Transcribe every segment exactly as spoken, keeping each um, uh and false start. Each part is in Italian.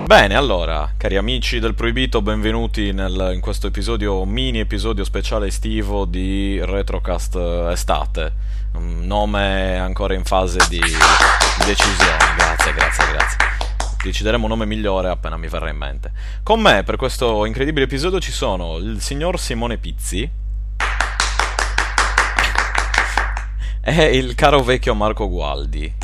Bene, allora, cari amici del Proibito, benvenuti nel- in questo episodio, mini episodio speciale estivo di Retrocast eh, Estate. Un nome ancora in fase di, di decisione. Grazie, grazie, grazie. Decideremo un nome migliore appena mi verrà in mente. Con me per questo incredibile episodio ci sono il signor Simone Pizzi e il caro vecchio Marco Gualdi.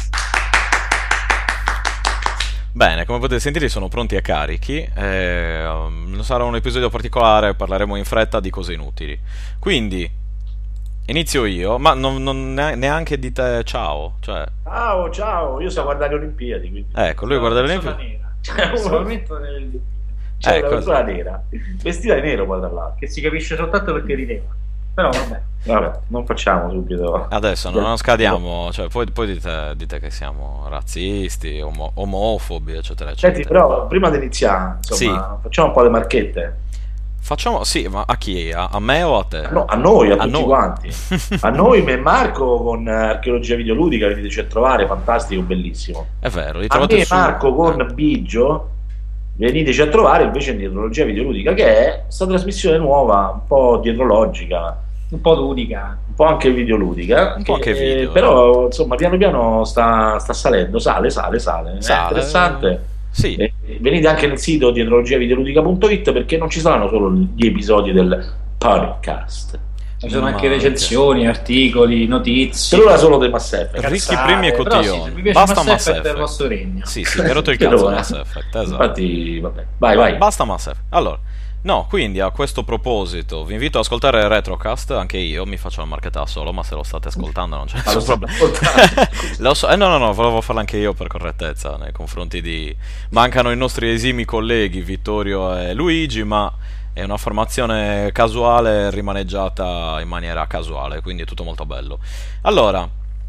Bene, come potete sentire sono pronti e carichi, eh, um, sarà un episodio particolare, parleremo in fretta di cose inutili. Quindi, inizio io, ma non, non ne- neanche dite ciao, cioè, Ciao, ciao, io sto a guardare le Olimpiadi, quindi ecco, lui guarda le Sola Olimpiadi. nera. c'è Questo uno- momento nel- c'è Ecco. una persona nera, vestita di nero poi tra l'altro. che si capisce soltanto perché rideva. Però vabbè. Vabbè, non facciamo subito. Adesso non, non scadiamo, cioè, poi, poi dite, dite che siamo razzisti, omo- omofobi, eccetera, Senti, eccetera. però, prima di iniziare, insomma, facciamo un po' le marchette. Facciamo, sì, ma a chi? A, a me o a te? No, a noi, a, A tutti noi. quanti. A noi, me e Marco con eh, archeologia videoludica, veniteci a trovare, fantastico, bellissimo. È vero, li A trovate me e su... Marco con eh. Biggio, veniteci a trovare invece in dietrologia videoludica, che è questa trasmissione nuova, un po' dietrologica, Un po' ludica. un po' anche videoludica, Un po' che, anche video, eh, però insomma piano piano sta, sta salendo, sale, sale, sale, Sale. è interessante. Sì. Eh, venite anche nel sito dietrologiavideoludica punto it perché non ci saranno solo gli episodi del podcast, Ci sono Ma anche anche- recensioni, articoli, notizie. per ora solo del Mass Effect. Ricchi cazzate. primi e Però cotillon. sì, se vi piace Basta Mass Mass Effect è il Effect. vostro regno. Sì, sì, mi hai rotto il Però, cazzo eh. Mass Effect, esatto. Infatti, vabbè, vai, vai. Basta Mass Effect. Allora, no, quindi a questo proposito vi invito ad ascoltare Retrocast, anche io mi faccio la marchetta solo, ma se lo state ascoltando non c'è Ma lo nessun sto problema. ascoltando. Lo so, eh no, no, no, volevo farlo anche io per correttezza nei confronti di... Mancano i nostri esimi colleghi Vittorio e Luigi, ma è una formazione casuale rimaneggiata in maniera casuale, quindi è tutto molto bello. Allora,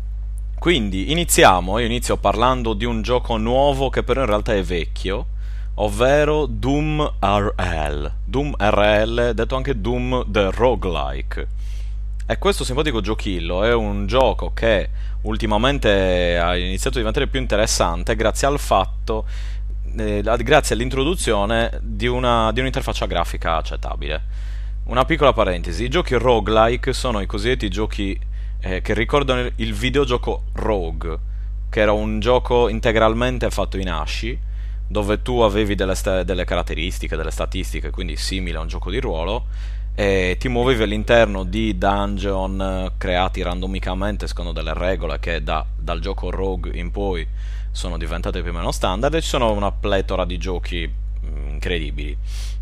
quindi iniziamo, io inizio parlando di un gioco nuovo che però in realtà è vecchio, ovvero Doom R L. Doom R L, detto anche Doom the Roguelike. E questo simpatico giochillo è un gioco che ultimamente ha iniziato a diventare più interessante grazie al fatto, eh, grazie all'introduzione di una, di un'interfaccia grafica accettabile. Una piccola parentesi, i giochi roguelike sono i cosiddetti giochi eh, che ricordano il videogioco Rogue, che era un gioco integralmente fatto in ASCII, dove tu avevi delle, sta- delle caratteristiche, delle statistiche, quindi simile a un gioco di ruolo, e ti muovevi all'interno di dungeon eh, creati randomicamente secondo delle regole che da- dal gioco Rogue in poi sono diventate più o meno standard, e ci sono una pletora di giochi mm, incredibili.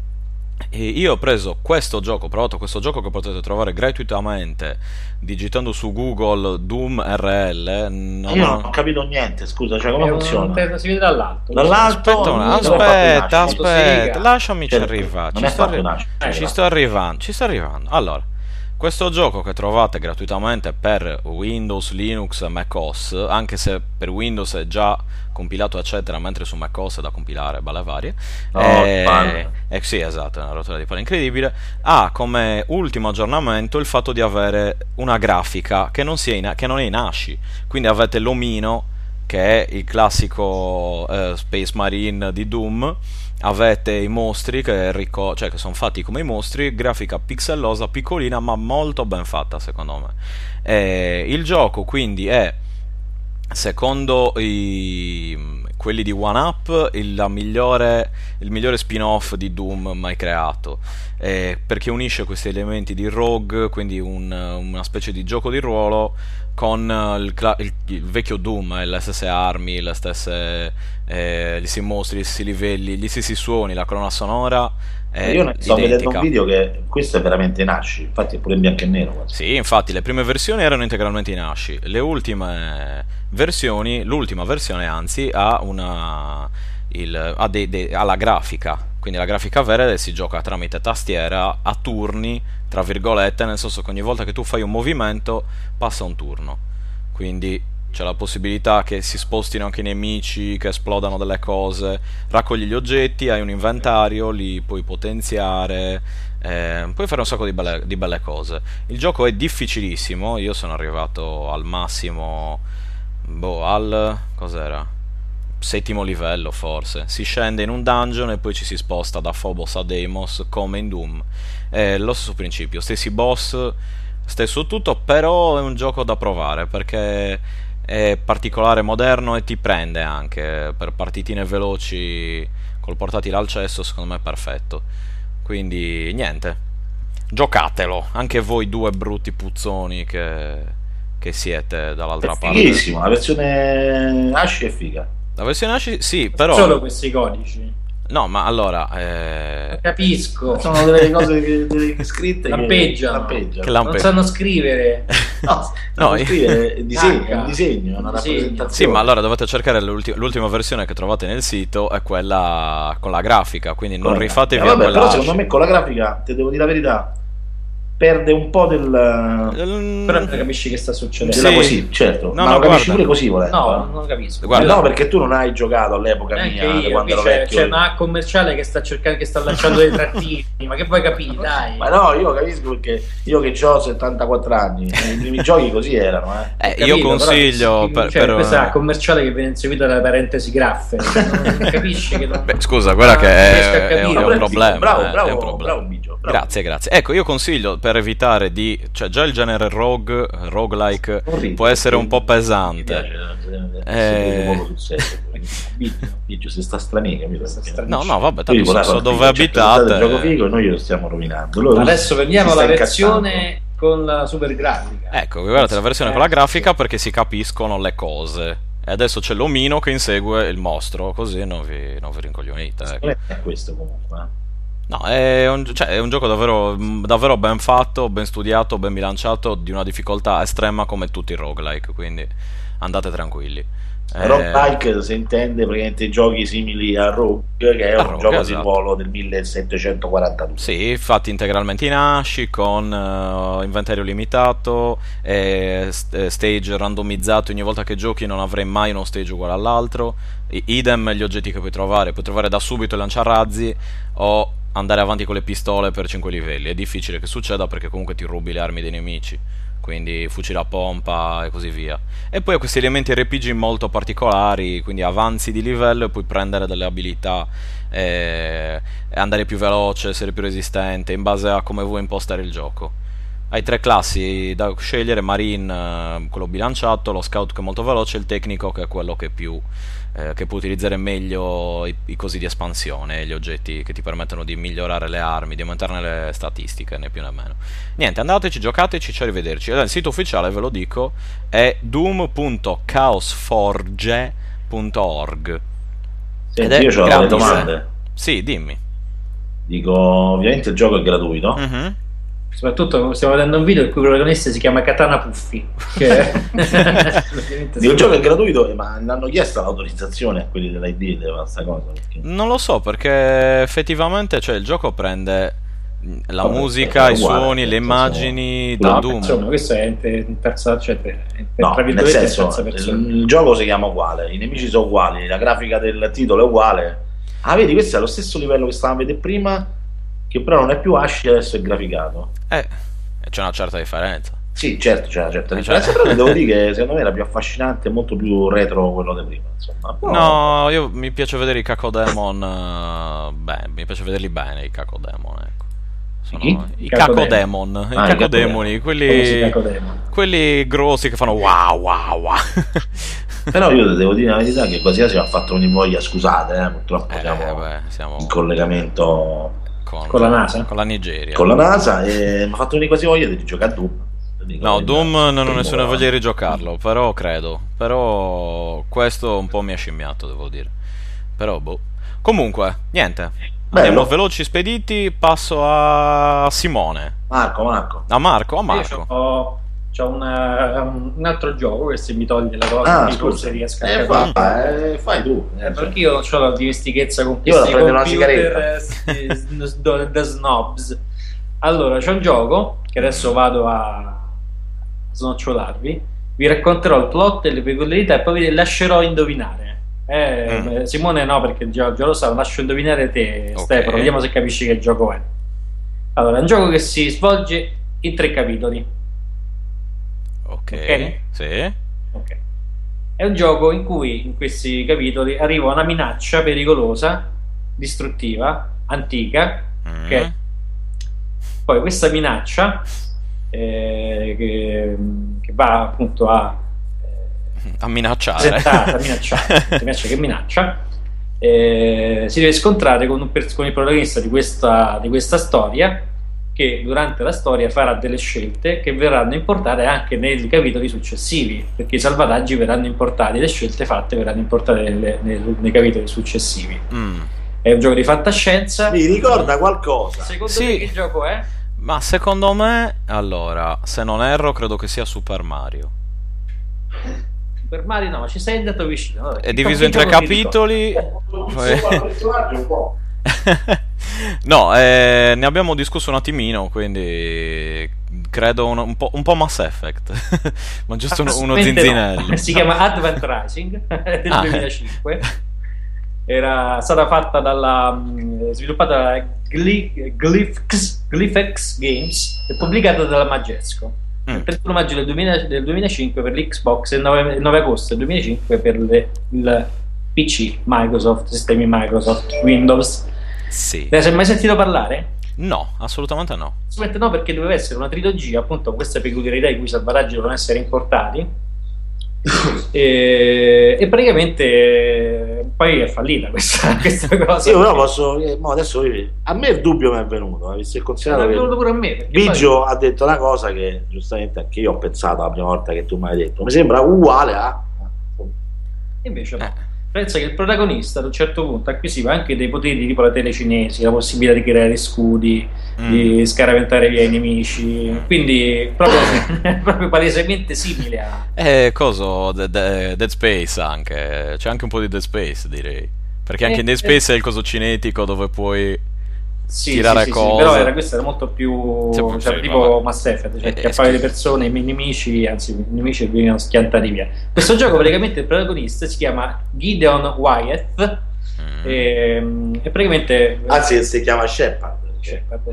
E io ho preso questo gioco, ho provato questo gioco che potete trovare gratuitamente digitando su Google Doom R L. Non Io ho- non ho capito niente, scusa, cioè come È un- funziona? Si vede dall'alto. Dall'alto? Aspetta, un- non è fatto aspetta, in ASCII. aspetta, Motosega. lasciami ci Cioè, arrivare. non Ci è sto, fatto arri- in ASCII. ci sto arrivando, ci sto arrivando. Allora, questo gioco che trovate gratuitamente per Windows, Linux, macOS, anche se per Windows è già compilato eccetera, mentre su macOS è da compilare, balle varie. No, eh, palle. eh, sì, esatto, è una rottura di palle incredibile. Ha come ultimo aggiornamento il fatto di avere una grafica che non, sia in, che non è in ASCII, quindi avete l'omino, che è il classico eh, Space Marine di Doom. Avete i mostri che, rico- cioè, che sono fatti come i mostri, grafica pixellosa, piccolina, ma molto ben fatta secondo me. Eh, il gioco quindi è, secondo i, quelli di One Up, il, la migliore, il migliore spin-off di Doom mai creato, eh, perché unisce questi elementi di Rogue, quindi un- una specie di gioco di ruolo, con eh, il, cla- il- il vecchio Doom, eh, le stesse armi, le stesse, eh, gli stessi mostri, gli stessi livelli, gli stessi suoni, la colonna sonora è Io ne sto vedendo identica. un video che questo è veramente in ASCII, infatti è pure in bianco e nero quasi. Sì, infatti le prime versioni erano integralmente in ASCII, le ultime versioni, l'ultima versione anzi ha una il, ha dei- dei- ha la grafica, quindi la grafica vera si gioca tramite tastiera a turni, tra virgolette, nel senso che ogni volta che tu fai un movimento passa un turno, quindi c'è la possibilità che si spostino anche i nemici, che esplodano delle cose, raccogli gli oggetti, hai un inventario, li puoi potenziare, eh, puoi fare un sacco di belle, di belle cose. Il gioco è difficilissimo, io sono arrivato al massimo, boh, al... cos'era? settimo livello forse. Si scende in un dungeon e poi ci si sposta da Phobos a Deimos come in Doom. È lo stesso principio, stessi boss, stesso tutto, però è un gioco da provare perché è particolare, moderno e ti prende anche per partitine veloci col portatile al cesso, secondo me è perfetto. Quindi niente, giocatelo, anche voi due brutti puzzoni che, che siete dall'altra È parte. fighissimo, la versione Ashi è figa. La versione Ashi, sì, però... Solo questi codici. No, ma allora... Eh... Capisco. Sono delle cose che, delle scritte Lampeggiano. che lampeggiano. Che lampe- Non sanno scrivere. No, No, no, io- scrivere è disegno, è un Cacca. disegno, è una Disegno. rappresentazione. Sì, ma allora dovete cercare l'ulti- l'ultima versione che trovate nel sito, è quella con la grafica, quindi non Corretto. rifatevi Eh, a vabbè, quella però secondo Ashi. me con la grafica, te devo dire la verità, perde un po' del... Ehm, Però non capisci che sta succedendo. della Sì. così, certo, No, ma no, lo capisci guarda. pure così volendo. No, non capisco. Guarda. No, perché tu non hai giocato all'epoca Neanche mia, io, quando ero c'è, vecchio. c'è una commerciale che sta cercando, che sta lanciando dei trattini, ma che vuoi capire, dai? Ma no, io capisco perché io che ho settantaquattro anni, i primi giochi così erano, eh. eh, Capito, io consiglio però, per, cioè, per- questa è una commerciale che viene inseguita dalle parentesi graffe, non, non capisci che non... Beh, scusa, guarda che non riesco a è, è un, capire. è un problema. Bravo, eh, bravo, è un problema. bravo Bigio, bravo. Grazie, grazie. Ecco, io consiglio per evitare di... Cioè, già il genere rogue, roguelike, Orribile. può essere un po' Mi pesante. piace, Eh. eh, poco sul serio. Bigio, Bigio, se sta straniga, capito? Sta Perché- straniga. No, no, vabbè, Poi tanto dico, so, dai, so dove guarda, figo, certo, abitate. il gioco figo e noi glielo stiamo rovinando. Loro Adesso si vediamo sta la incazzando. versione con la super grafica. Ecco, guardate la versione Eh, con la sì. grafica perché si capiscono le cose. E adesso c'è l'omino che insegue il mostro, così non vi, non vi rincoglionite. Ecco. Non è questo comunque, eh. No, è un, cioè, è un gioco davvero, davvero ben fatto, ben studiato, ben bilanciato, di una difficoltà estrema come tutti i roguelike, quindi andate tranquilli. Eh, Roguelike si intende praticamente i giochi simili a Rogue, che è A un Rogue, gioco di esatto. ruolo del millesettecentoquarantadue. Sì, fatti integralmente in Ashi, con eh, inventario limitato, e st- eh, stage randomizzato, ogni volta che giochi non avrai mai uno stage uguale all'altro. I- idem gli oggetti che puoi trovare, puoi trovare da subito il lanciarazzi o andare avanti con le pistole per cinque livelli. È difficile che succeda perché comunque ti rubi le armi dei nemici, quindi fucile a pompa e così via. E poi ha questi elementi R P G molto particolari, quindi avanzi di livello e puoi prendere delle abilità e e andare più veloce, essere più resistente in base a come vuoi impostare il gioco. Hai tre classi da scegliere: Marine, eh, quello bilanciato, lo Scout che è molto veloce, e il tecnico che è quello che è più eh, che può utilizzare meglio i, i cosi di espansione, gli oggetti che ti permettono di migliorare le armi, di aumentarne le statistiche, né più né meno. Niente, andateci, giocateci, ci arrivederci. Eh, Il sito ufficiale, ve lo dico, è doom punto chaosforge punto org. Senti, Ed è io ho delle gratis, domande. eh. Sì, dimmi. Dico, ovviamente il gioco è gratuito. Mhm. Soprattutto stiamo vedendo un video il cui protagonista si chiama Katana Puffi. Che ovviamente Dico, il gioco è gratuito, ma non hanno chiesto l'autorizzazione a quelli dell'I D di questa cosa. Perché... Non lo so, perché effettivamente, cioè, il gioco prende la Vabbè, musica, è i uguale, suoni, le nel senso, immagini no, da Doom. insomma, questo è in per- in terza, cioè per, per, No, tra nel virgolette, in senso, terza persona. il, il gioco si chiama uguale, i nemici sono uguali, la grafica del titolo è uguale. Ah, vedi, questo è lo stesso livello che stavamo a vedere prima, che però non è più Ashi, adesso è graficato. Eh, c'è una certa differenza. Sì, certo, c'è una certa Eh, differenza, cioè- però devo dire che secondo me era più affascinante e molto più retro quello di prima. Insomma. Però- No, io mi piace vedere i Cacodemon. eh, Beh, mi piace vederli bene i Cacodemon, ecco. Sono Chi? i I Cacodemon, i Ah, i Cacodemoni, Come si quelli, cacodemo. quelli grossi che fanno wow wow wow. Però io devo dire la verità che quasi mi ha fatto venire voglia, scusate, eh, purtroppo Eh, siamo beh, siamo in collegamento con, Con la NASA? con la Nigeria. con la NASA e mi ha fatto venire quasi voglia di giocare a Doom. Dico, No, eh, Doom non ho che nessuna buono. voglia di rigiocarlo, però credo. Però questo un po' mi ha scimmiato, devo dire. Però boh. Comunque, niente. Bello. Andiamo veloci, spediti. Passo a Simone. Marco, Marco. A Marco, a Io Marco. c'ho, c'ho una- un, un altro gioco che se mi toglie la cosa Ah, di scusa. forse riesco a Eh, capire. fa- eh, fai tu. Eh, perché io non ho la dimestichezza con Io vado a questi prendere una computer eh, s- s- da da snobs. Allora, c'è un gioco che adesso vado a snocciolarvi. Vi racconterò il plot e le peculiarità e poi vi lascerò indovinare. Eh, Mm. Simone no, perché già, già lo sa, lascio indovinare te, Ok. Stefano. Vediamo se capisci che gioco è. Allora, è un gioco che si svolge in tre capitoli. Ok. Ok. Sì. Ok. È un gioco in cui in questi capitoli arriva una minaccia pericolosa, distruttiva, antica, Mm. che poi questa minaccia eh, che, che va appunto a A minacciare. presentata, minacciata, minaccia che minaccia, eh, si deve scontrare con, un pers- con il protagonista di questa, di questa storia, che durante la storia farà delle scelte che verranno importate anche nei capitoli successivi, perché i salvataggi verranno importati, le scelte fatte verranno importate nelle- nei, nei capitoli successivi. Mm. È un gioco di fantascienza. Mi ricorda qualcosa. Secondo Sì. te che gioco è? Ma secondo me, allora, se non erro, credo che sia Super Mario. Super Mario no, ma ci sei andato vicino. Vabbè, È che diviso in tre gioco ti ricordi? capitoli. Insomma, il personaggio un po'. No, eh, ne abbiamo discusso un attimino, quindi credo un, un po', un po' Mass Effect, ma giusto uno, uno Assolutamente zinzinello. no. Si chiama Advent Rising del Ah, duemilacinque. Era stata fatta dalla mh, sviluppata da Gly- Glyph- Glyphex Games e pubblicata dalla Majesco. Mm. Il trentuno maggio del, duemila del duemilacinque per l'Xbox e il nove, il nove agosto del duemilacinque per le, il P C Microsoft, sistemi Microsoft, Windows. Sì. Ne hai mai sentito parlare? No, assolutamente no. Assolutamente no, perché doveva essere una trilogia, appunto, con questa peculiarità in cui i salvataggi devono essere importati. e, e praticamente eh, poi è fallita questa, questa cosa. Io però posso. eh, mo adesso vedi, a me il dubbio mi è venuto, eh, visto e È considerato venuto che pure a me, perché Biggio ha detto una cosa che giustamente anche io ho pensato la prima volta che tu mi hai detto. Mi sembra uguale a. poi- invece no. Eh. Pensa che il protagonista ad un certo punto acquisiva anche dei poteri tipo la telecinesi, la possibilità di creare scudi, Mm. di scaraventare via i nemici, quindi proprio, proprio palesemente simile a... E coso, De- De- Dead Space anche, c'è anche un po' di Dead Space direi, perché anche Eh, in Dead eh. Space è il coso cinetico dove puoi Sì, tirare sì, sì, sì, cose. però era, questo era molto più Sì, cioè, sì, tipo vabbè. Mass Effect, cioè Eh, che eh, appare le schifo. persone, i nemici, anzi i nemici venivano schiantati via. Questo gioco praticamente il protagonista si chiama Gideon Wyeth Mm. e, e praticamente Anzi, si chiama Shepard. cioè, vabbè,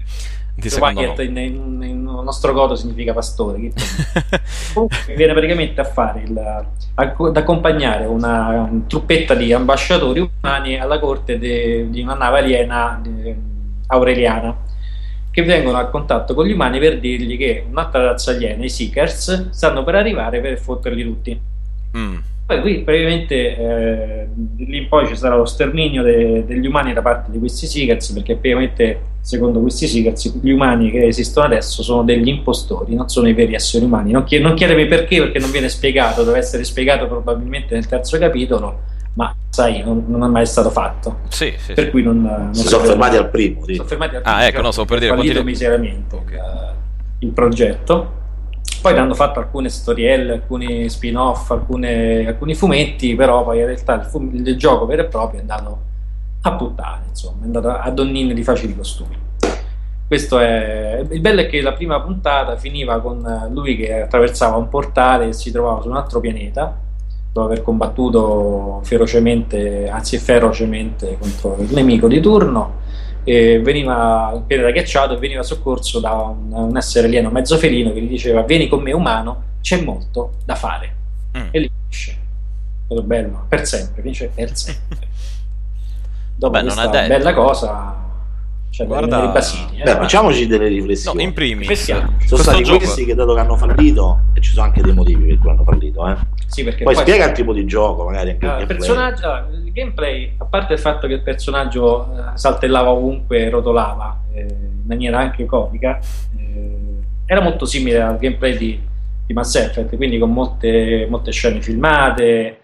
Di secondo Wyeth nome. in, in, in nostro godo significa pastore. Che comunque viene praticamente a fare il, a- ad accompagnare una, un truppetta di ambasciatori umani alla corte de- di una nave aliena de- aureliana, che vengono a contatto con gli umani per dirgli che un'altra razza aliena, i Seekers, stanno per arrivare per fotterli tutti. Mm. Poi qui praticamente eh, lì in poi ci sarà lo sterminio de- degli umani da parte di questi Seekers, perché praticamente secondo questi Seekers gli umani che esistono adesso sono degli impostori, non sono i veri esseri umani. Non, chied- non chiedemi perché, perché non viene spiegato, deve essere spiegato probabilmente nel terzo capitolo, ma sai, non, non è mai stato fatto. Sì, sì, Per sì. cui non, non Si sono fermati al primo. si Sì. sono fermati al Ah, ecco, no, stavo per dire, è fallito quanti- miseramente Ok. il, il progetto. Poi hanno fatto alcune storielle, alcuni spin-off, alcune- alcuni fumetti, però poi in realtà il, fum- il gioco vero e proprio è andato a puttane, insomma, è andato a donnine di facili costumi. Questo è il bello, è che la prima puntata finiva con lui che attraversava un portale e si trovava su un altro pianeta dopo aver combattuto ferocemente, anzi ferocemente contro il nemico di turno, e veniva un pianeta ghiacciato e veniva soccorso da un, un essere alieno mezzo felino che gli diceva: vieni con me umano, c'è molto da fare. Mm. E lì finisce. Quello bello, per sempre, finisce per sempre. Dopo Beh, non questa è detto. bella cosa, cioè Guarda- i basini. eh. Beh, facciamoci delle No, riflessioni. in primis, Riflettiamo. Sono questo stati gioco... questi che dato che hanno fallito, e ci sono anche dei motivi per cui hanno fallito, eh. Sì, perché Poi poi spiega il tipo di gioco, magari anche allora, il il, gameplay. personaggio, allora, il gameplay, a parte il fatto che il personaggio eh, saltellava ovunque e rotolava eh, in maniera anche comica, eh, era molto simile al gameplay di, di Mass Effect, quindi con molte, molte scene filmate,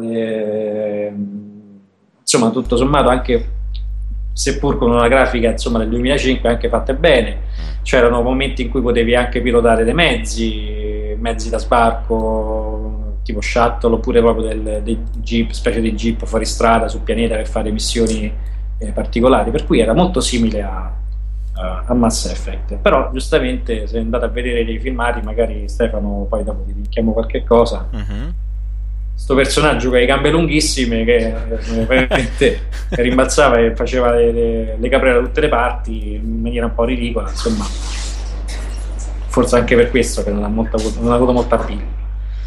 eh, insomma tutto sommato anche, seppur con una grafica insomma del duemilacinque, anche fatte bene. C'erano momenti in cui potevi anche pilotare dei mezzi, mezzi da sbarco tipo shuttle, oppure proprio del, dei jeep, specie di jeep fuori strada sul pianeta per fare missioni eh, particolari, per cui era molto simile a, a, a Mass Effect. Però giustamente se andate a vedere dei filmati, magari Stefano poi dopo ti linkiamo qualche cosa, Mhm. sto personaggio con le gambe lunghissime che eh, veramente rimbalzava e faceva le, le, le capre da tutte le parti in maniera un po' ridicola, insomma, forse anche per questo che non ha, molta, non ha avuto molta appeal.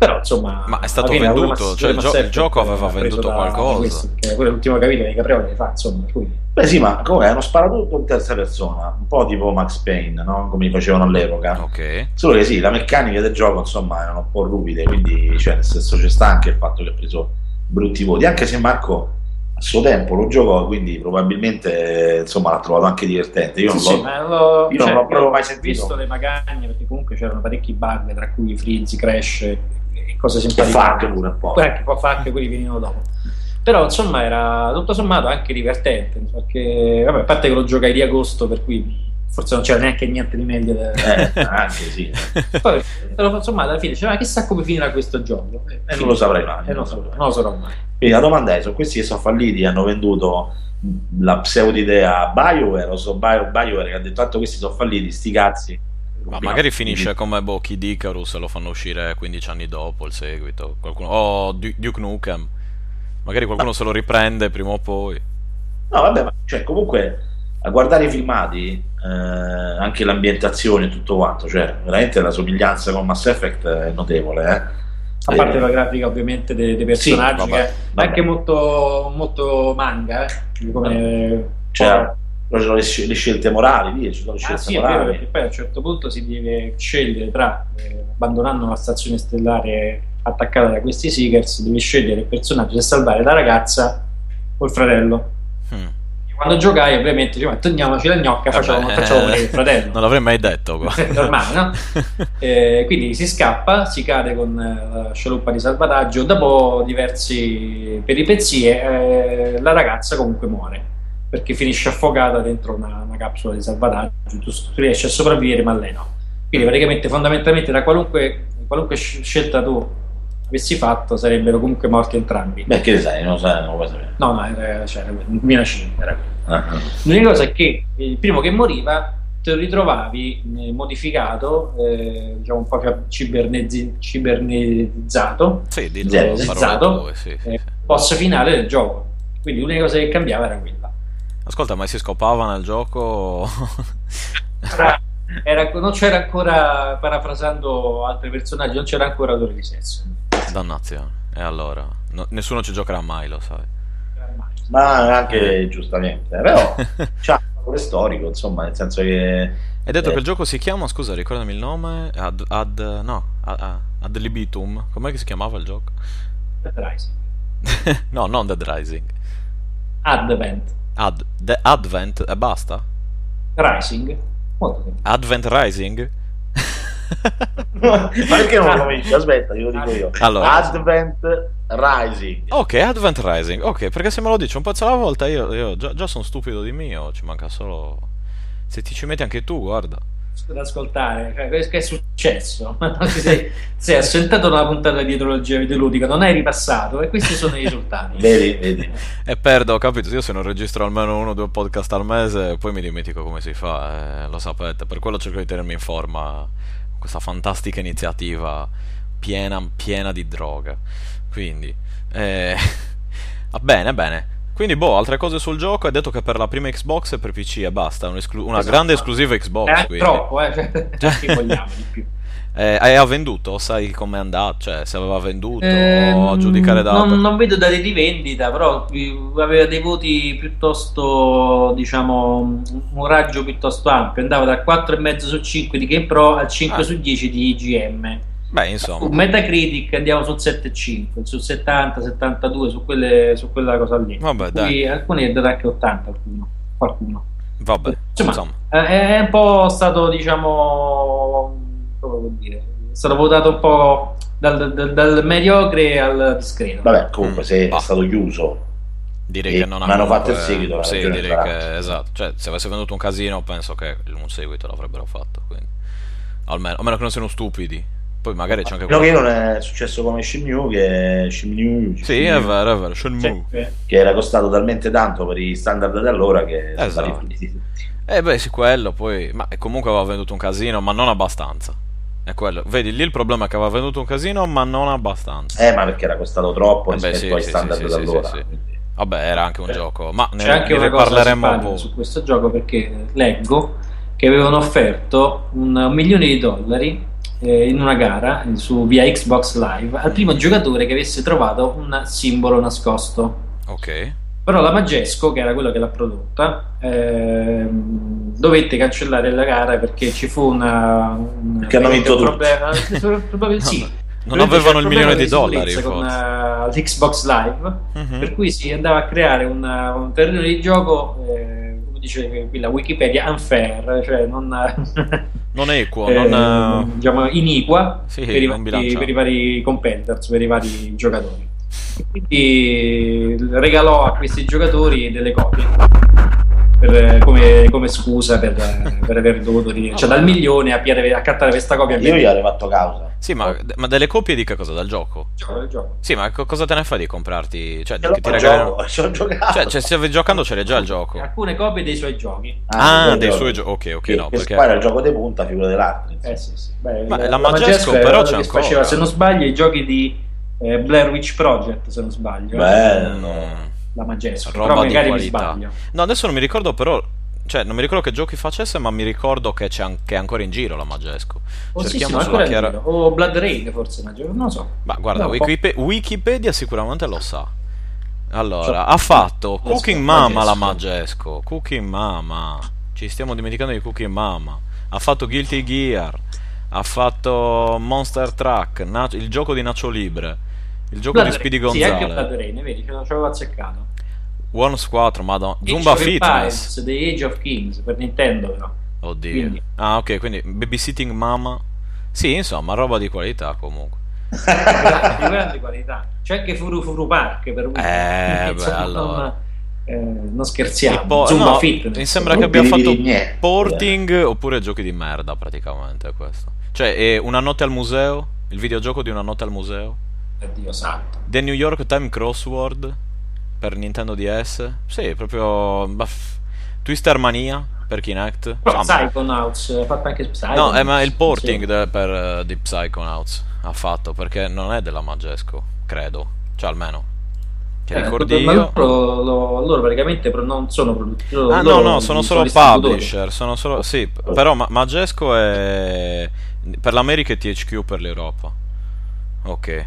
Però insomma, Ma è stato alla fine, venduto, Mass- cioè il, Mass gio- il Effect gioco aveva ha preso venduto da- da qualcosa. questo, perché pure l'ultimo capitolo dei caprioli fa, insomma, quindi. Beh sì, ma come è uno sparatutto in terza persona, un po' tipo Max Payne, no? Come li facevano all'epoca. Ok. Solo che sì, la meccanica del gioco insomma erano un po' ruvide, quindi cioè, nel senso c'è sta anche il fatto che ha preso brutti voti, anche se Marco a suo tempo lo giocò, quindi probabilmente insomma l'ha trovato anche divertente. Io non, Sì, l'ho, sì, ma lo- io cioè, non l'ho proprio mai ho sentito. visto le magagne, perché comunque c'erano parecchi bug, tra cui Freeze, Crash e e cose E simpatiche. fa anche pure un po'. Poi anche, poi fa anche quelli che venivano dopo. Però insomma era tutto sommato anche divertente, perché vabbè, a parte che lo giocai di agosto, per cui forse non c'era neanche niente di meglio da... Eh, anche sì. Poi però insomma alla fine diceva, ma chissà come finirà questo gioco, E non lo saprai mai. e non, so- non lo saprò mai. Quindi la domanda è, sono questi che sono falliti, hanno venduto la pseudo-idea a BioWare, o so Bio, BioWare che ha detto tanto questi sono falliti, sti cazzi. Ma magari finisce come boh, Kid Icarus e lo fanno uscire quindici anni dopo il seguito. Qualcuno... O Du- Duke Nukem. Magari qualcuno se lo riprende prima o poi. No, vabbè, ma cioè, comunque a guardare i filmati, eh, anche l'ambientazione e tutto quanto, cioè veramente la somiglianza con Mass Effect è notevole, eh. A parte la grafica ovviamente dei, dei personaggi, Sì, vabbè, che è vabbè. anche molto, molto manga, eh, come Cioè, poi ci sono le, sc- le scelte morali, lì ci sono le Ah scelte sì, è vero, morali. perché poi a un certo punto si deve scegliere tra, eh, abbandonando la stazione stellare attaccata da questi Seekers, devi scegliere il personaggio se salvare la ragazza o il fratello. Hmm. Quando giocai ovviamente diceva, togliamoci la gnocca, facciamo, Vabbè, facciamo morire il fratello. Non l'avrei mai detto qua. È normale, no? Eh, quindi si scappa, si cade con eh, la scialuppa di salvataggio, dopo diversi peripezie eh, la ragazza comunque muore, perché finisce affogata dentro una, una capsula di salvataggio, tu, tu riesci a sopravvivere ma lei no. Quindi praticamente fondamentalmente da qualunque, qualunque sc- scelta tu avessi fatto sarebbero comunque morti entrambi. Beh, che ne sai, non lo sai, non lo puoi sapere. No, no, era, cioè, era, duemilacinque era quello. Ah, L'unica cosa è che il primo che moriva te lo ritrovavi eh, modificato, eh, diciamo un po' cibernezi- cibernetizzato, Sì, di Zero, parole zero. tue, sì, sì, eh, sì. post finale del gioco. Quindi l'unica cosa che cambiava era quella. Ascolta, ma si scopava nel gioco? Era- era- non c'era ancora, parafrasando altri personaggi, non c'era ancora odore di sesso. Dannazione. E allora? No- nessuno ci giocherà mai, lo sai. ma anche giustamente, eh, però c'ha un valore storico, insomma, nel senso che Hai detto eh, che il gioco si chiama, scusa, ricordami il nome, ad, ad no, ad, ad libitum. Com'è che si chiamava il gioco? Dead Rising. No, non Dead Rising. Advent. Ad, The Advent e basta? Rising. Molto bene. Advent Rising? ma perché non lo cominci? Aspetta, glielo dico io. Allora. Advent Rising. Ok, Advent Rising. Ok, perché se me lo dici un pezzo alla volta io, io già, già sono stupido di mio, ci manca solo... Se ti ci metti anche tu, guarda. Ad ascoltare, cioè, che è successo? Non ti sei, sei assentato una puntata di dietrologia videoludica, non hai ripassato e questi sono i risultati. Vedi, vedi. E perdo, capito? Io se non registro almeno uno o due podcast al mese, poi mi dimentico come si fa, eh, lo sapete. Per quello cerco di tenermi in forma. Questa fantastica iniziativa piena, piena di droga. Quindi, eh, va bene, bene. Quindi, boh, altre cose sul gioco. Hai detto che per la prima Xbox e per P C e basta. Un esclu- una Esatto. grande esclusiva Xbox. È Quindi. troppo, eh? Cioè, che vogliamo di più. Eh, ha venduto? Sai com'è andato? Cioè, se aveva venduto Ehm, o a giudicare data? non, non vedo date di vendita, però eh, aveva dei voti piuttosto, diciamo, un raggio piuttosto ampio. Andava dal quattro virgola cinque su cinque di Game Pro al cinque Ah. su dieci di I G M. Beh, insomma. Su Metacritic andiamo sul sette virgola cinque, sul settanta, settantadue, su, quelle, su quella cosa lì. Vabbè, Qui alcuni è dato anche ottanta, qualcuno. qualcuno. Vabbè, Insomma, insomma. eh, è un po' stato, diciamo, come vuol dire, è stato votato un po' dal, dal, dal mediocre al discreto. Vabbè, comunque Mm, se bah. è stato chiuso Direi e che non ha ma hanno comunque- fatto il seguito, la Sì, ragione direi sarà. che esatto. Cioè, se avesse venduto un casino, penso che un seguito l'avrebbero fatto. Quindi, almeno, a meno che non siano stupidi. Poi magari c'è anche Quello quello. che non è successo come Shenmue, che Shenmue, Sì, è vero, è vero. Shenmue. Sì, sì. che era costato talmente tanto per i standard di allora che sono Esatto. stati falliti tutti. Eh beh, sì, quello poi. Ma comunque aveva venduto un casino, ma non abbastanza. È quello. Vedi, lì il problema è che aveva venduto un casino, ma non abbastanza. Eh, ma perché era costato troppo Eh beh, rispetto sì, ai sì, standard sì, di sì, allora. sì, sì. quindi- Vabbè, era anche un Eh. gioco. Ma ne, C'è anche ne una cosa parleremo un simpatica po'. su questo gioco, perché leggo che avevano offerto un, un milione di dollari eh, in una gara su via Xbox Live al primo giocatore che avesse trovato un simbolo nascosto. Ok. Però la Magesco, che era quello che l'ha prodotta, ehm, dovette cancellare la gara perché ci fu una, una perché hanno vinto un tutti. problema, sì, non avevano il milione di sicurezza dollari con forse. uh, l'Xbox Live, Mhm. per cui si andava a creare una- un terreno di gioco, eh, come dice qui la Wikipedia, unfair, cioè non, Non equo, eh, non... diciamo iniqua Sì, per, i non vari, bilanciato. per i vari competitors, per i vari giocatori. Quindi regalò a questi giocatori delle copie per- come, come scusa per, per aver dovuto dire, cioè dal milione a piare- a cattare questa copia. Io gli avrei fatto causa. Sì, ma, ma delle copie di che cosa? Dal gioco? Gioco del gioco. Sì, ma co- cosa te ne fai di comprarti? Cioè, Ce l'ho che ti al regalano... gioco, ci ho giocato. Cioè, cioè, stavi giocando, c'era già il gioco. Alcune copie dei suoi giochi. Ah, quel dei gioco. suoi giochi. Ok, ok, Che, no, che perché... poi era il gioco di punta, figura dell'altro. Eh sì, sì. Beh, Ma la, la la Magesco è però quella c'è che ancora. faceva, se non sbaglio, i giochi di eh, Blair Witch Project, se non sbaglio. Bello. Mm, La Magesco, roba però di magari mi qualità. sbaglio. No, adesso non mi ricordo però... Cioè, non mi ricordo che giochi facesse, ma mi ricordo che c'è an- che è ancora in giro la Magesco. Oh, sì, sì, Cerchiamo ma sulla ancora chiara... è vero. O Blood Rain forse, ma non lo so. Ma guarda, No, Wikipe- Wikipedia sicuramente lo sa. Allora, Cioè, ha fatto Magesco, Cooking Mama la Magesco. Magesco. Cooking Mama. Ci stiamo dimenticando di Cooking Mama. Ha fatto Guilty Gear. Ha fatto Monster Truck. Nacho- il gioco di Nacho Libre. Il gioco Blood di Speedy Rain, sì, anche Gonzales. Blood Rain, vedi, ce l'avevo azzeccato. Worms quattro, madonna. Age Zumba of Fitness. Empires, The Age of Kings per Nintendo, però. Oddio. Quindi. Ah, ok, quindi Babysitting Mama. Sì, insomma, roba di qualità comunque. Di gra- di grande qualità. C'è anche Furu Furu Park per Wii. Eh, Insomma, beh, allora. non, eh, non scherziamo. E poi- Zumba no, Fitness. mi sembra che Non abbia vi fatto dire niente. porting oppure giochi di merda praticamente questo. Cioè, è Una notte al museo, il videogioco di Una notte al museo. Dio santo. The New York Time Crossword per Nintendo D S. Sì, proprio baff. Twister Mania per Kinect. Però Insomma, Psychonauts, ha fatto anche Psychonauts. no, eh, ma il porting Sì. de- per eh, di Psychonauts ha fatto perché non è della Magesco, credo. Cioè, almeno che Eh, ricordi ma io. loro, lo- loro praticamente pro- non sono produttori. loro- Ah no loro no, sono solo distributori. publisher, sono solo sì, p- però Ma- Magesco è per l'America e T H Q per l'Europa. Ok.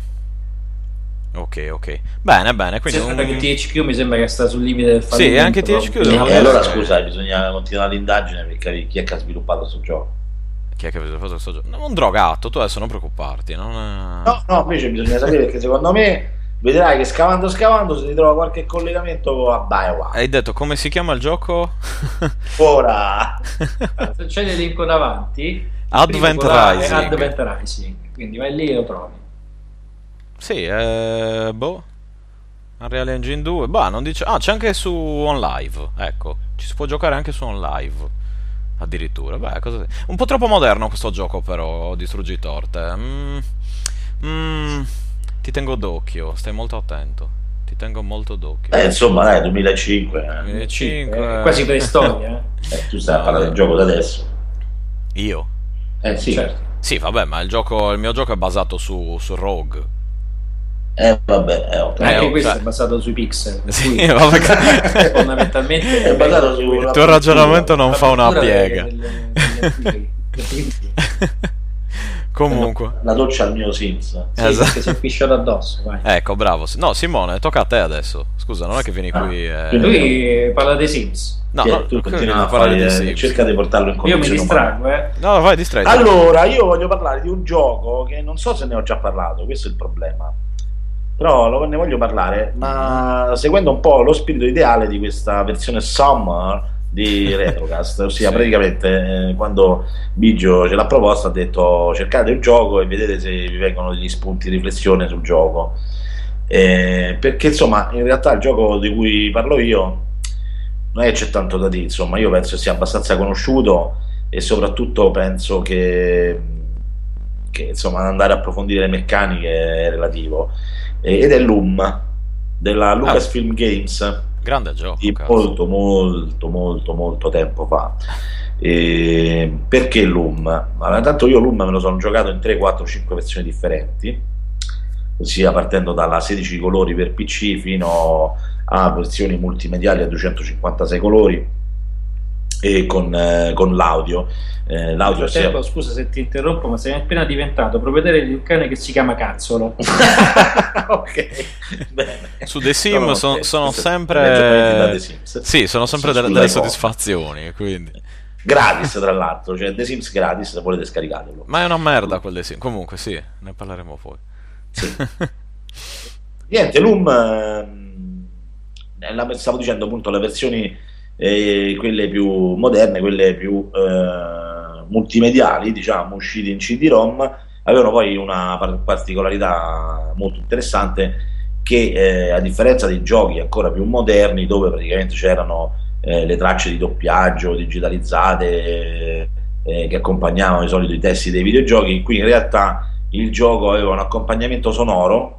Ok, ok. Bene, bene, quindi Sembra un- che T H Q mi sembra che sta sul limite del Sì, fallimento. anche T H Q proprio. devo- E allora Eh. scusa, bisogna continuare l'indagine per capire chi è che ha sviluppato questo gioco. chi è che ha fatto questo gioco? No, un drogato, tu adesso non preoccuparti, non è... No, no, invece bisogna sapere perché secondo me vedrai che scavando scavando si trova qualche collegamento a BioWare. Hai detto come si chiama il gioco? Ora Se c'è il link davanti, Advent primo là è Rising. Advent Rising, quindi vai lì e lo trovi. Sì, eh, boh. Unreal Engine due. Bah, non dice... Ah, c'è anche su OnLive. Ecco, ci si può giocare anche su OnLive. Addirittura. Beh, cosa... Un po' troppo moderno questo gioco, però, Distruggi Torte. Mm, mm, ti tengo d'occhio, stai molto attento. Ti tengo molto d'occhio. eh, insomma dai, duemilacinque eh. duemilacinque. Eh, quasi preistoria, eh. Eh, tu stai a No, parlare dai. del gioco da adesso. Io? Eh sì, Certo. Sì, vabbè, ma il gioco, il mio gioco è basato su, su Rogue. eh vabbè, eh, ho- Eh, Anche oh, questo cioè- è basato sui pixel. per Sì, cui vabbè. fondamentalmente è basato su Il tuo ragionamento non fa una piega. Delle- delle antiche- quindi, Comunque. la doccia al mio Sims. sì, Esatto. perché si è pisciato addosso. Vai. Ecco, bravo. No, Simone, tocca a te adesso. Scusa, non è che vieni Ah, qui e... quindi- Lui parla dei Sims. No, Sì, no, tu qui continui non a parlare fare, di Sims. cerca di portarlo in Io mi condizioni distraggo, eh. No, vai, distrai. Allora, io voglio parlare di un gioco che non so se ne ho già parlato, questo è il problema. Però lo- ne voglio parlare, ma seguendo un po' lo spirito ideale di questa versione Summer di Retrocast, ossia Sì. praticamente eh, quando Biggio ce l'ha proposta ha detto cercate il gioco e vedete se vi vengono degli spunti di riflessione sul gioco. Eh, perché insomma, in realtà il gioco di cui parlo io non è che c'è tanto da dire, insomma, io penso sia abbastanza conosciuto e soprattutto penso che, che insomma andare a approfondire le meccaniche è relativo. Eh, ed è Loom della Lucasfilm Games Grande gioco, di cazzo. molto molto molto molto tempo fa. Eh, perché Loom? Allora, tanto io Loom me lo sono giocato in tre, quattro, cinque versioni differenti, ossia partendo dalla sedici colori per P C fino a versioni multimediali a duecentocinquantasei colori, e con, eh, con l'audio. Eh, l'audio tempo, sia... Scusa se ti interrompo, ma sei appena diventato proprietario di un cane che si chiama Cazzolo. Ok, bene. Su The Sim No, no, sono, questo- sono questo è sempre leggermente da The Sims. sì, sono sempre Sì, delle, sulla delle iPhone. soddisfazioni, quindi. Gratis, tra l'altro, cioè The Sims gratis, se volete scaricatelo. Ma è una merda quel The Sim. Comunque sì, ne parleremo poi. Sì. Niente, Loom, ehm, eh, la- stavo dicendo appunto le versioni, eh, quelle più moderne, quelle più eh, multimediali, diciamo, uscite in C D-ROM, avevano poi una par- particolarità molto interessante che eh, a differenza dei giochi ancora più moderni, dove praticamente c'erano eh, le tracce di doppiaggio digitalizzate eh, eh, che accompagnavano di solito i testi dei videogiochi, qui in realtà il gioco aveva un accompagnamento sonoro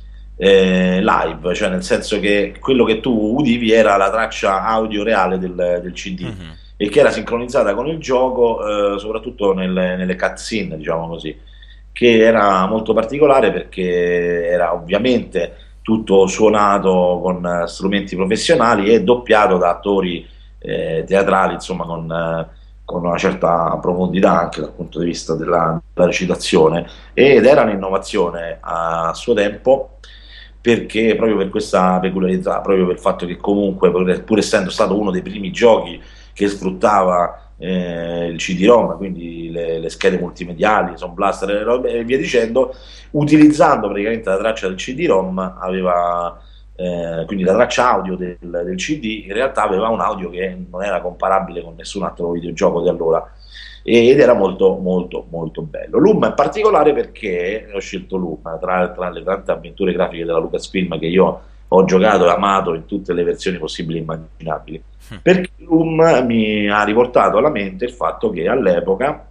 eh, live, cioè nel senso che quello che tu udivi era la traccia audio reale del, del C D Mhm. e che era sincronizzata con il gioco, eh, soprattutto nelle, nelle cutscene, diciamo così, che era molto particolare perché era ovviamente tutto suonato con eh, strumenti professionali e doppiato da attori eh, teatrali, insomma, con, eh, con una certa profondità anche dal punto di vista della, della recitazione, ed era un'innovazione a suo tempo perché proprio per questa peculiarità, proprio per il fatto che comunque, pur, pur essendo stato uno dei primi giochi che sfruttava eh, il C D-ROM, quindi le, le schede multimediali, Sound Blaster e robe- e via dicendo, utilizzando praticamente la traccia del C D-ROM, aveva eh, quindi la traccia audio del, del C D, in realtà aveva un audio che non era comparabile con nessun altro videogioco di allora, ed era molto molto molto bello. Loom in particolare perché ho scelto Loom tra, tra le tante avventure grafiche della Lucasfilm che io ho giocato e amato in tutte le versioni possibili e immaginabili, perché Loom mi ha riportato alla mente il fatto che all'epoca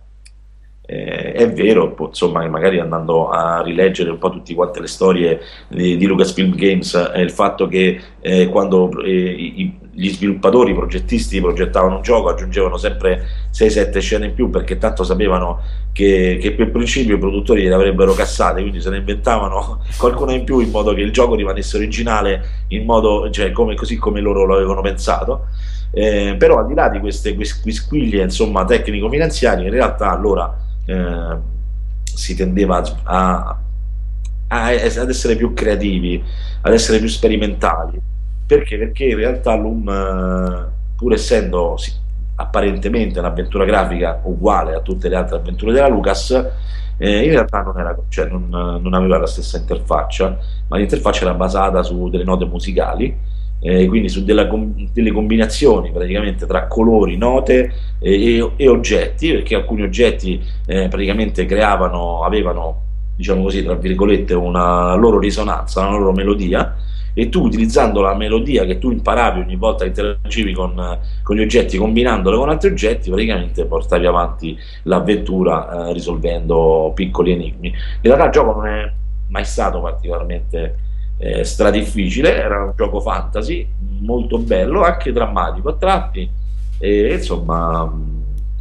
eh, è vero, po- insomma, che magari andando a rileggere un po' tutte quante le storie di, di Lucasfilm Games, eh, il fatto che eh, quando eh, i- gli sviluppatori, i progettisti progettavano un gioco aggiungevano sempre sei sette scene in più perché tanto sapevano che, che per principio i produttori le avrebbero cassate, quindi se ne inventavano qualcuna in più in modo che il gioco rimanesse originale, in modo, cioè, come, così come loro lo avevano pensato. Eh, però al di là di queste quis- quisquiglie, insomma, tecnico-finanziarie, in realtà allora eh, si tendeva a, a- ad essere più creativi, ad essere più sperimentali. Perché? Perché in realtà Loom, eh, pur essendo sì, apparentemente un'avventura grafica uguale a tutte le altre avventure della Lucas, eh, in realtà non, era, cioè non, non aveva la stessa interfaccia, ma l'interfaccia era basata su delle note musicali, eh, quindi su della com- delle combinazioni praticamente tra colori, note e, e- e oggetti, perché alcuni oggetti eh, praticamente creavano, avevano, diciamo così, tra virgolette, una loro risonanza, una loro melodia, e tu utilizzando la melodia che tu imparavi ogni volta che interagivi con, con gli oggetti, combinandole con altri oggetti, praticamente portavi avanti l'avventura eh, risolvendo piccoli enigmi. In realtà il gioco non è mai stato particolarmente eh, stradifficile, era un gioco fantasy molto bello, anche drammatico a tratti, e insomma, mh,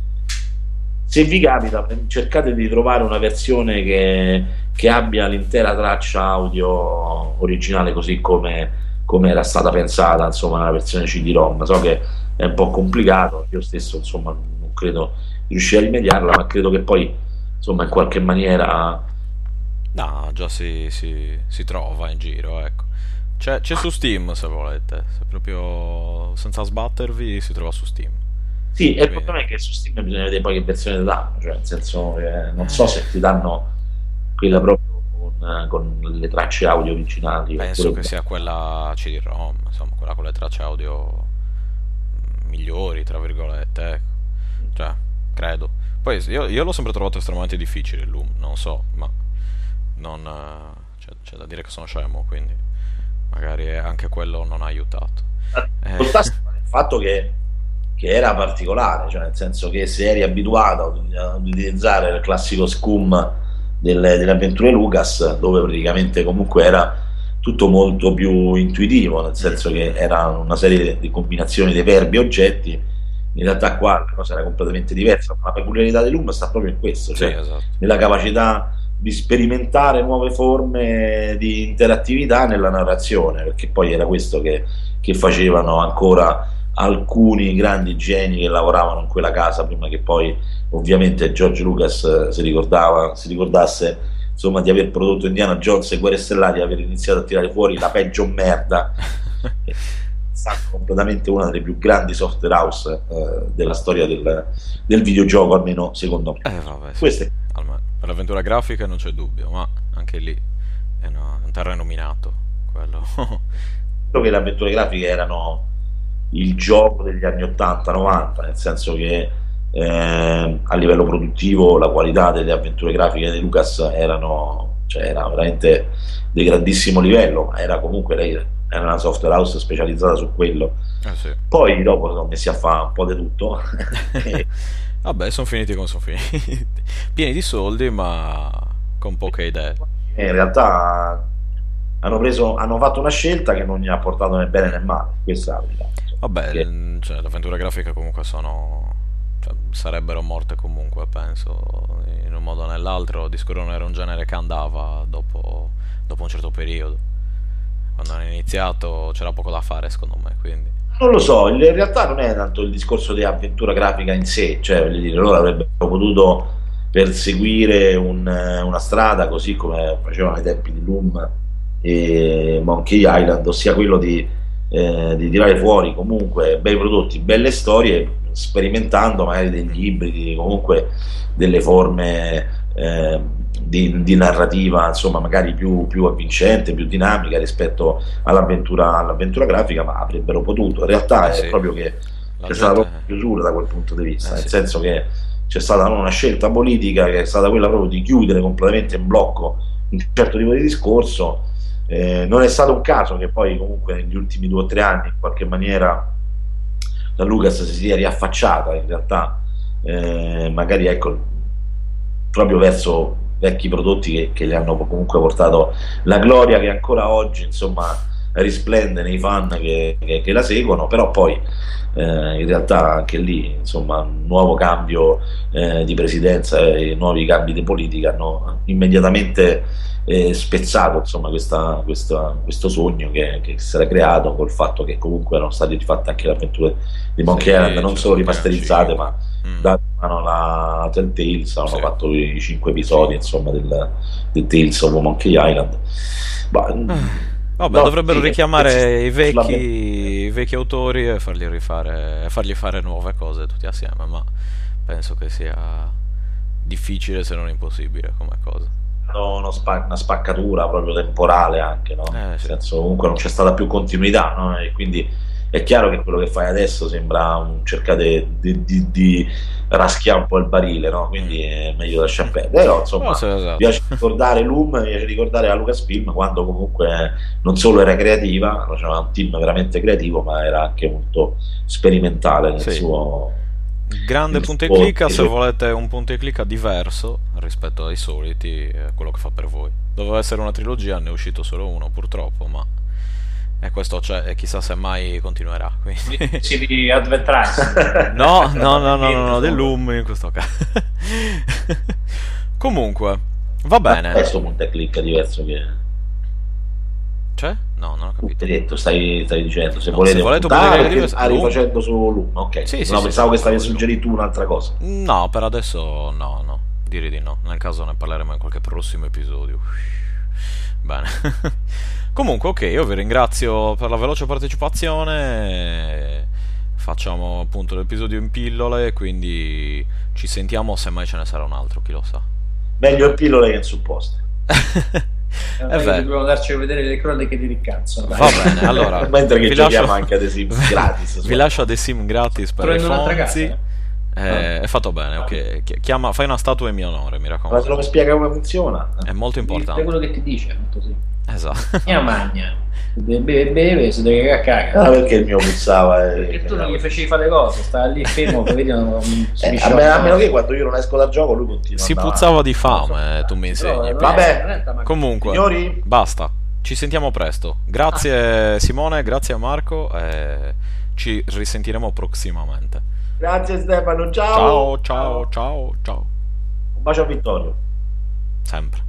se vi capita cercate di trovare una versione che, che abbia l'intera traccia audio originale così come, come era stata pensata, insomma, nella versione C D-ROM. So che è un po' complicato, io stesso insomma non credo di riuscire a rimediarla, ma credo che poi insomma in qualche maniera. No, già si, si, si trova in giro, ecco. C'è, c'è su Steam se volete, se proprio senza sbattervi si trova su Steam. Sì, e il Quindi, problema è che su Steam bisogna vedere poi che versione ti danno, cioè nel senso che non so se ti danno quella proprio con, con le tracce audio originali, penso oppure che sia quella C D-ROM, insomma, quella con le tracce audio mm, migliori, tra virgolette, ecco. Cioè, credo. Poi io, io l'ho sempre trovato estremamente difficile il Loom, non so, ma non, eh, c'è, c'è da dire che sono scemo, quindi magari anche quello non ha aiutato. Eh, ascoltasse il fatto che, che era particolare, cioè nel senso che se eri abituato ad ad utilizzare il classico scum delle, delle avventure Lucas, dove praticamente comunque era tutto molto più intuitivo, nel senso che era una serie di combinazioni di verbi e oggetti, in realtà qua la cosa era completamente diversa. La peculiarità di Loom sta proprio in questo, sì, cioè esatto. nella capacità di sperimentare nuove forme di interattività nella narrazione, perché poi era questo che, che facevano ancora alcuni grandi geni che lavoravano in quella casa prima che poi ovviamente George Lucas eh, si ricordava, si ricordasse insomma di aver prodotto Indiana Jones e Guerre Stellari, di aver iniziato a tirare fuori la peggio merda è stata completamente una delle più grandi software house eh, della storia del, del videogioco, almeno secondo me. Eh, vabbè, sì. Queste... Almeno, per l'avventura grafica non c'è dubbio, ma anche lì è una- un terreno minato quello. Credo che le avventure grafiche erano il gioco degli anni ottanta novanta, nel senso che eh, a livello produttivo la qualità delle avventure grafiche di Lucas erano, cioè, era veramente di grandissimo livello, ma era comunque lei era una software house specializzata su quello. Eh sì. Poi dopo sono messi a fare un po' di tutto. E Vabbè, sono finiti come sono finiti. Pieni di soldi, ma con poche idee. in realtà hanno preso, hanno fatto una scelta che non gli ha portato né bene né male, questa è la verità. Vabbè, Che- l- cioè, le avventure grafiche comunque sono... cioè, sarebbero morte comunque, penso, in un modo o nell'altro. Di sicuro non era un genere che andava dopo, dopo un certo periodo. Quando hanno iniziato c'era poco da fare, secondo me, quindi... Non lo so, in realtà non è tanto il discorso di avventura grafica in sé, cioè voglio dire, loro avrebbero potuto perseguire un- una strada così come facevano ai tempi di Loom e Monkey Island, ossia quello di, eh, di tirare fuori comunque bei prodotti, belle storie, sperimentando magari degli ibridi, comunque delle forme eh, di, di narrativa, insomma, magari più, più avvincente, più dinamica rispetto all'avventura, all'avventura grafica, ma avrebbero potuto. In realtà Eh è sì, proprio che la c'è stata gente... proprio chiusura da quel punto di vista, Eh nel sì. senso che c'è stata una scelta politica che è stata quella proprio di chiudere completamente in blocco un certo tipo di discorso. Eh, non è stato un caso che poi comunque negli ultimi due o tre anni in qualche maniera la Lucas si sia riaffacciata in realtà, eh, magari ecco proprio verso vecchi prodotti che, che le hanno comunque portato la gloria che ancora oggi insomma risplende nei fan che, che- che la seguono, però poi eh, in realtà anche lì insomma un nuovo cambio eh, di presidenza e nuovi cambi di politica hanno immediatamente eh, spezzato insomma questa- questa- questo sogno che, che si era creato col fatto che comunque erano state rifatte anche le avventure di Monkey Sì, Island, non c'è solo Monkey Island rimasterizzate cinque. ma Mm. da mano la Telltales hanno Sì. fatto i cinque episodi insomma del, del Tales of Monkey Island. Ma, Vabbè, no, dovrebbero sì, richiamare i sulla- vecchi, i vecchi autori e fargli rifare, e fargli fare nuove cose tutti assieme, ma penso che sia difficile se non impossibile come cosa. uno spa- una spaccatura proprio temporale anche, no? Eh, Nel sì. senso comunque non c'è stata più continuità, no? E quindi è chiaro che quello che fai adesso sembra un cercare di, di- di raschiare un po' il barile, no? Quindi è meglio lasciare perdere. Però insomma Oh, sì, mi esatto. piace ricordare Loom, mi piace ricordare la Lucasfilm quando comunque non solo era creativa, c'era un team veramente creativo, ma era anche molto sperimentale nel Sì. suo Grande nel punto e suo- clicca, se volete un punto e clicca diverso rispetto ai soliti, è quello che fa per voi. Doveva essere una trilogia, ne è uscito solo uno purtroppo, ma e questo c'è e chissà se mai continuerà. Quindi... Si di Advent Rise. No, no, no, no, no, no, dell'Um in questo caso. Comunque, va bene. Questo punto e clicca diverso che C'è? No, non ho capito. hai detto, stai, stai dicendo se No, volete, se volete un punto- un punto ah, di perché diverso- ah, rifacendo solo l'uno, ok. Sì, sì, no, sì, pensavo sì, che stavi sì, sì. suggerendo tu un'altra cosa. No, per adesso no, no, direi di no. Nel caso ne parleremo in qualche prossimo episodio. Bene. Comunque, ok, io vi ringrazio per la veloce partecipazione. Facciamo appunto l'episodio in pillole, quindi ci sentiamo se mai ce ne sarà un altro, chi lo sa. Meglio in pillole che in supposte. È Noi vero. dobbiamo darci a vedere le cronache di Riccazzo. dai. Va bene, allora. Mentre che vi giochiamo lascio- anche ad esempio gratis. Vi lascio The Sim gratis per i Prendo un'altra Fonzi. casa. Eh, è fatto bene, ok. Chi- Chiama, fai una statua in mio onore, mi Ma se non raccomando. mi spiega come funziona. È molto È importante. quello che ti dice, così. Esatto. Mia magna. Beve, beve, si deve Ah, cagare. perché il mio puzzava e... Perché tu non gli facevi fare le cose, stava lì fermo, che vedi, non si Eh, a, pisciava. me- a meno che quando io non esco dal gioco lui continua Si ad andare puzzava di fame, tu mi Però, insegni. non Vabbè. è- non è tanta magna. Comunque, Signori? basta. Ci sentiamo presto. Grazie Simone, grazie a Marco. E ci risentiremo prossimamente. Grazie Stefano, Ciao, ciao, ciao, ciao. Un bacio a Vittorio. Sempre.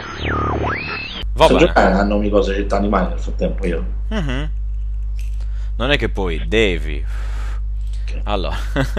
Va Sto bene. giocando a nomi cose città animali nel frattempo io. Mhm. non è che poi devi. Allora,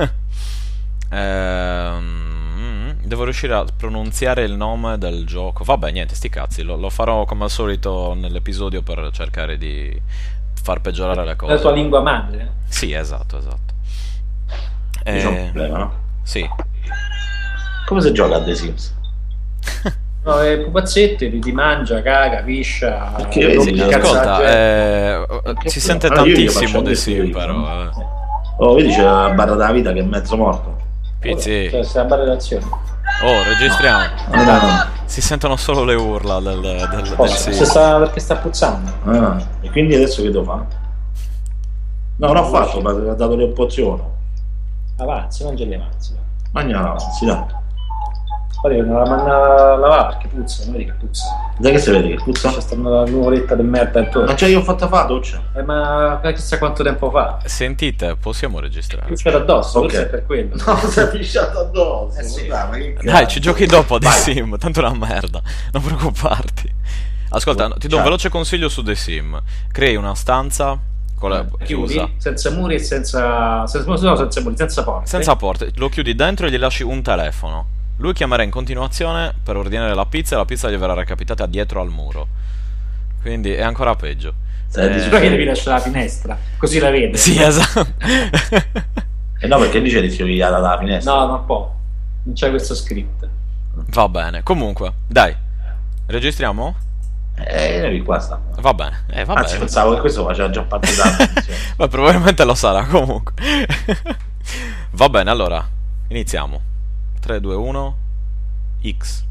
ehm, devo riuscire a pronunziare il nome del gioco. Vabbè, niente, sti cazzi, lo, lo farò come al solito nell'episodio per cercare di far peggiorare le cose. La tua lingua madre. Sì, esatto, esatto. C'è un Eh, problema, no? sì. Come si gioca a The Sims? No, è pupazzetto, ti ti mangia, caga, piscia. Perché rompi vedi, il Ascolta, cazzaggio. eh, Perché si no? sente Allora, io gli tantissimo faccio The questo Sim, io, però. no? Eh. Oh, vedi c'è la barra della vita che è mezzo morto. Pizzi. Cioè, stai a bella relazione. Oh, registriamo. No, no, no. Si sentono solo le urla del, del, del Posso? Sim. Se sta, perché sta puzzando. Ah, e quindi adesso che devo fare? No, non ho fatto, ma ha dato le opzioni. Avanzi, mangia le avanzi. Mangia no, si dà. Poi non la manna a lavare perché puzza, non vedi che puzza. Dai che si vede che puzza? C'è stata una nuvoletta di merda intorno. Ma già io ho fatto fare doccia. Eh, ma chissà quanto tempo fa. Sentite, possiamo registrare. Pisciato addosso, Ok. forse è per quello. No, si è pisciato addosso. Eh sì. Dai, ma che Dai, cazzo? ci giochi dopo a The Vai. Sim, tanto è una merda, non preoccuparti. Ascolta, ti do un Ciao. veloce consiglio su The Sim. Crei una stanza con la chiusa, Chiudi, senza muri e senza... senza no, senza muri, senza porte. senza porte, lo chiudi dentro e gli lasci un telefono. Lui chiamerà in continuazione per ordinare la pizza e la pizza gli verrà recapitata dietro al muro. Quindi è ancora peggio. Senti, Eh, su- Però che devi lasciare la finestra, così la vede. Sì, esatto. Eh no, perché dice di sfiogliata dalla finestra. No, non può. Non c'è questo script. Va bene. Comunque, dai. Registriamo? Eh, noi qua sta. Va bene. Eh, va Anzi, bene. pensavo che questo faceva già parte da. Beh, probabilmente lo sarà comunque. Va bene, allora. Iniziamo. tre, due, uno. X.